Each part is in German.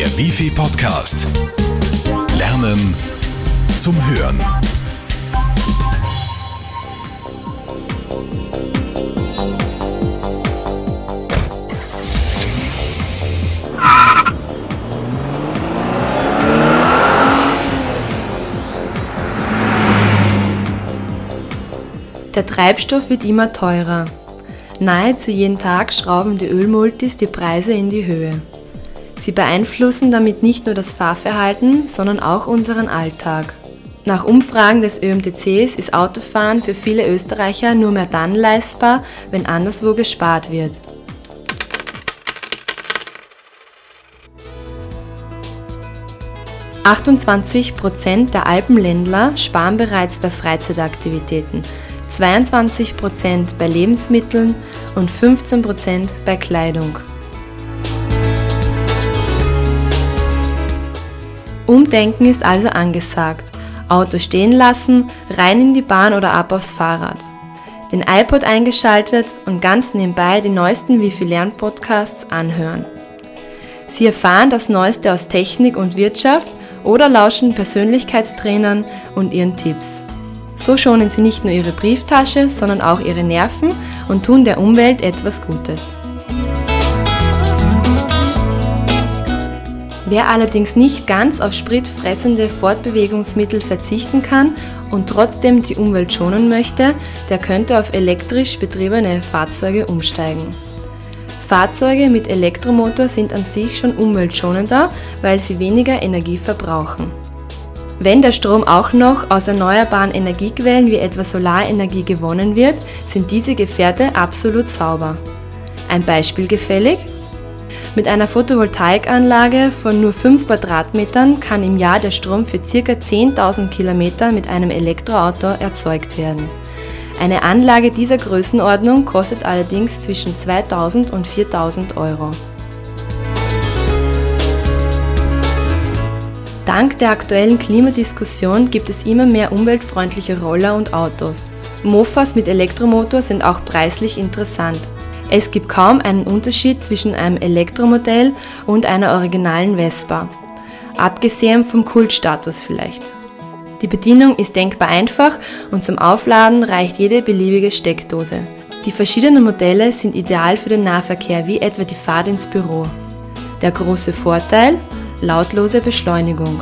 Der Wifi Podcast. Lernen zum Hören. Der Treibstoff wird immer teurer. Nahezu jeden Tag schrauben die Ölmultis die Preise in die Höhe. Sie beeinflussen damit nicht nur das Fahrverhalten, sondern auch unseren Alltag. Nach Umfragen des ÖMTCs ist Autofahren für viele Österreicher nur mehr dann leistbar, wenn anderswo gespart wird. %28 der Alpenländler sparen bereits bei Freizeitaktivitäten, 22% bei Lebensmitteln und 15% bei Kleidung. Umdenken ist also angesagt. Auto stehen lassen, rein in die Bahn oder ab aufs Fahrrad. Den iPod eingeschaltet und ganz nebenbei die neuesten Wifi-Lern-Podcasts anhören. Sie erfahren das Neueste aus Technik und Wirtschaft oder lauschen Persönlichkeitstrainern und ihren Tipps. So schonen Sie nicht nur Ihre Brieftasche, sondern auch Ihre Nerven und tun der Umwelt etwas Gutes. Wer allerdings nicht ganz auf spritfressende Fortbewegungsmittel verzichten kann und trotzdem die Umwelt schonen möchte, der könnte auf elektrisch betriebene Fahrzeuge umsteigen. Fahrzeuge mit Elektromotor sind an sich schon umweltschonender, weil sie weniger Energie verbrauchen. Wenn der Strom auch noch aus erneuerbaren Energiequellen wie etwa Solarenergie gewonnen wird, sind diese Gefährte absolut sauber. Ein Beispiel gefällig? Mit einer Photovoltaikanlage von nur 5 Quadratmetern kann im Jahr der Strom für ca. 10.000 Kilometer mit einem Elektroauto erzeugt werden. Eine Anlage dieser Größenordnung kostet allerdings zwischen 2.000 und 4.000 Euro. Dank der aktuellen Klimadiskussion gibt es immer mehr umweltfreundliche Roller und Autos. Mofas mit Elektromotor sind auch preislich interessant. Es gibt kaum einen Unterschied zwischen einem Elektromodell und einer originalen Vespa. Abgesehen vom Kultstatus vielleicht. Die Bedienung ist denkbar einfach und zum Aufladen reicht jede beliebige Steckdose. Die verschiedenen Modelle sind ideal für den Nahverkehr, wie etwa die Fahrt ins Büro. Der große Vorteil? Lautlose Beschleunigung.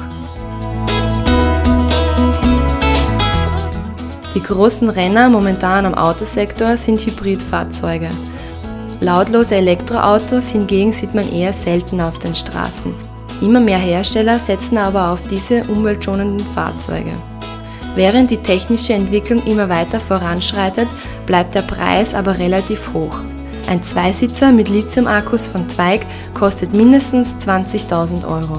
Die großen Renner momentan am Autosektor sind Hybridfahrzeuge. Lautlose Elektroautos hingegen sieht man eher selten auf den Straßen. Immer mehr Hersteller setzen aber auf diese umweltschonenden Fahrzeuge. Während die technische Entwicklung immer weiter voranschreitet, bleibt der Preis aber relativ hoch. Ein Zweisitzer mit Lithium-Akkus von Zweig kostet mindestens 20.000 Euro.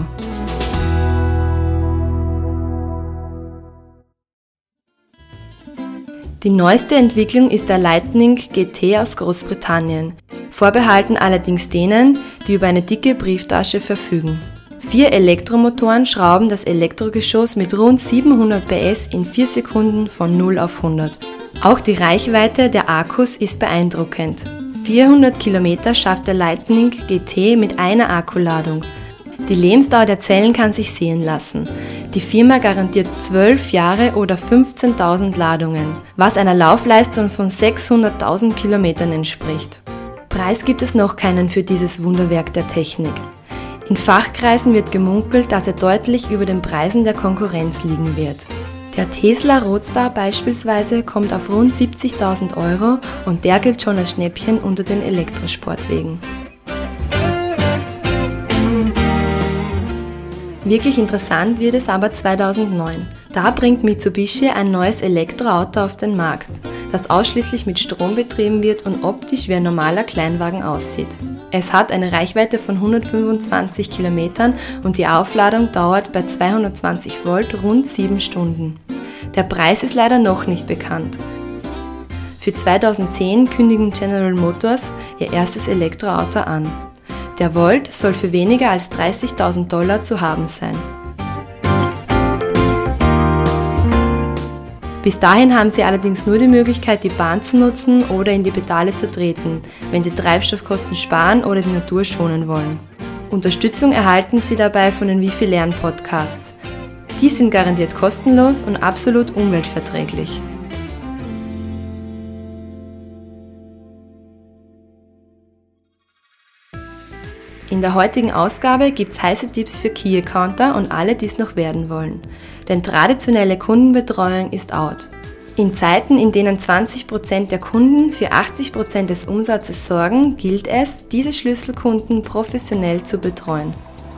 Die neueste Entwicklung ist der Lightning GT aus Großbritannien, vorbehalten allerdings denen, die über eine dicke Brieftasche verfügen. 4 Elektromotoren schrauben das Elektrogeschoss mit rund 700 PS in 4 Sekunden von 0 auf 100. Auch die Reichweite der Akkus ist beeindruckend. 400 Kilometer schafft der Lightning GT mit einer Akkuladung. Die Lebensdauer der Zellen kann sich sehen lassen. Die Firma garantiert 12 Jahre oder 15.000 Ladungen, was einer Laufleistung von 600.000 Kilometern entspricht. Preis gibt es noch keinen für dieses Wunderwerk der Technik. In Fachkreisen wird gemunkelt, dass er deutlich über den Preisen der Konkurrenz liegen wird. Der Tesla Roadster beispielsweise kommt auf rund 70.000 Euro und der gilt schon als Schnäppchen unter den Elektrosportwegen. Wirklich interessant wird es aber 2009. Da bringt Mitsubishi ein neues Elektroauto auf den Markt, das ausschließlich mit Strom betrieben wird und optisch wie ein normaler Kleinwagen aussieht. Es hat eine Reichweite von 125 Kilometern und die Aufladung dauert bei 220 Volt rund 7 Stunden. Der Preis ist leider noch nicht bekannt. Für 2010 kündigen General Motors ihr erstes Elektroauto an. Der Volt soll für weniger als $30.000 zu haben sein. Bis dahin haben Sie allerdings nur die Möglichkeit, die Bahn zu nutzen oder in die Pedale zu treten, wenn Sie Treibstoffkosten sparen oder die Natur schonen wollen. Unterstützung erhalten Sie dabei von den Wifi Lern Podcasts. Die sind garantiert kostenlos und absolut umweltverträglich. In der heutigen Ausgabe gibt's heiße Tipps für Key-Accounter und alle, die es noch werden wollen. Denn traditionelle Kundenbetreuung ist out. In Zeiten, in denen 20% der Kunden für 80% des Umsatzes sorgen, gilt es, diese Schlüsselkunden professionell zu betreuen.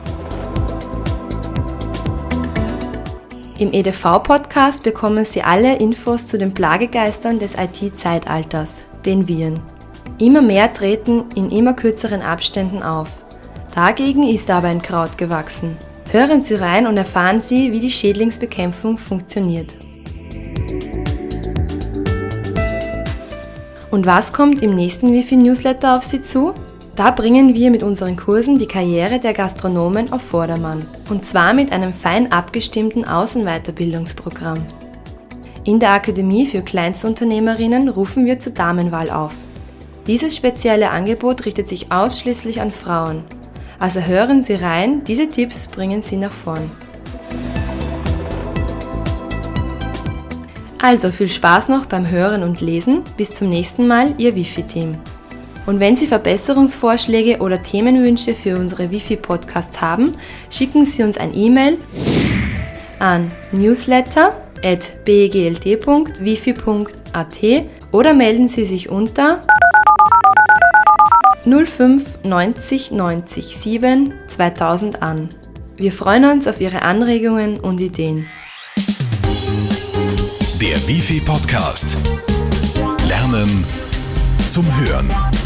Im EDV-Podcast bekommen Sie alle Infos zu den Plagegeistern des IT-Zeitalters, den Viren. Immer mehr treten in immer kürzeren Abständen auf. Dagegen ist aber ein Kraut gewachsen. Hören Sie rein und erfahren Sie, wie die Schädlingsbekämpfung funktioniert. Und was kommt im nächsten Wifi-Newsletter auf Sie zu? Da bringen wir mit unseren Kursen die Karriere der Gastronomen auf Vordermann. Und zwar mit einem fein abgestimmten Außenweiterbildungsprogramm. In der Akademie für Kleinstunternehmerinnen rufen wir zur Damenwahl auf. Dieses spezielle Angebot richtet sich ausschließlich an Frauen. Also hören Sie rein, diese Tipps bringen Sie nach vorn. Also viel Spaß noch beim Hören und Lesen. Bis zum nächsten Mal, Ihr Wifi-Team. Und wenn Sie Verbesserungsvorschläge oder Themenwünsche für unsere Wifi-Podcasts haben, schicken Sie uns ein E-Mail an newsletter@bgld.wifi.at oder melden Sie sich unter 05 90 90 7 2000 an. Wir freuen uns auf Ihre Anregungen und Ideen. Der Wifi Podcast. Lernen zum Hören.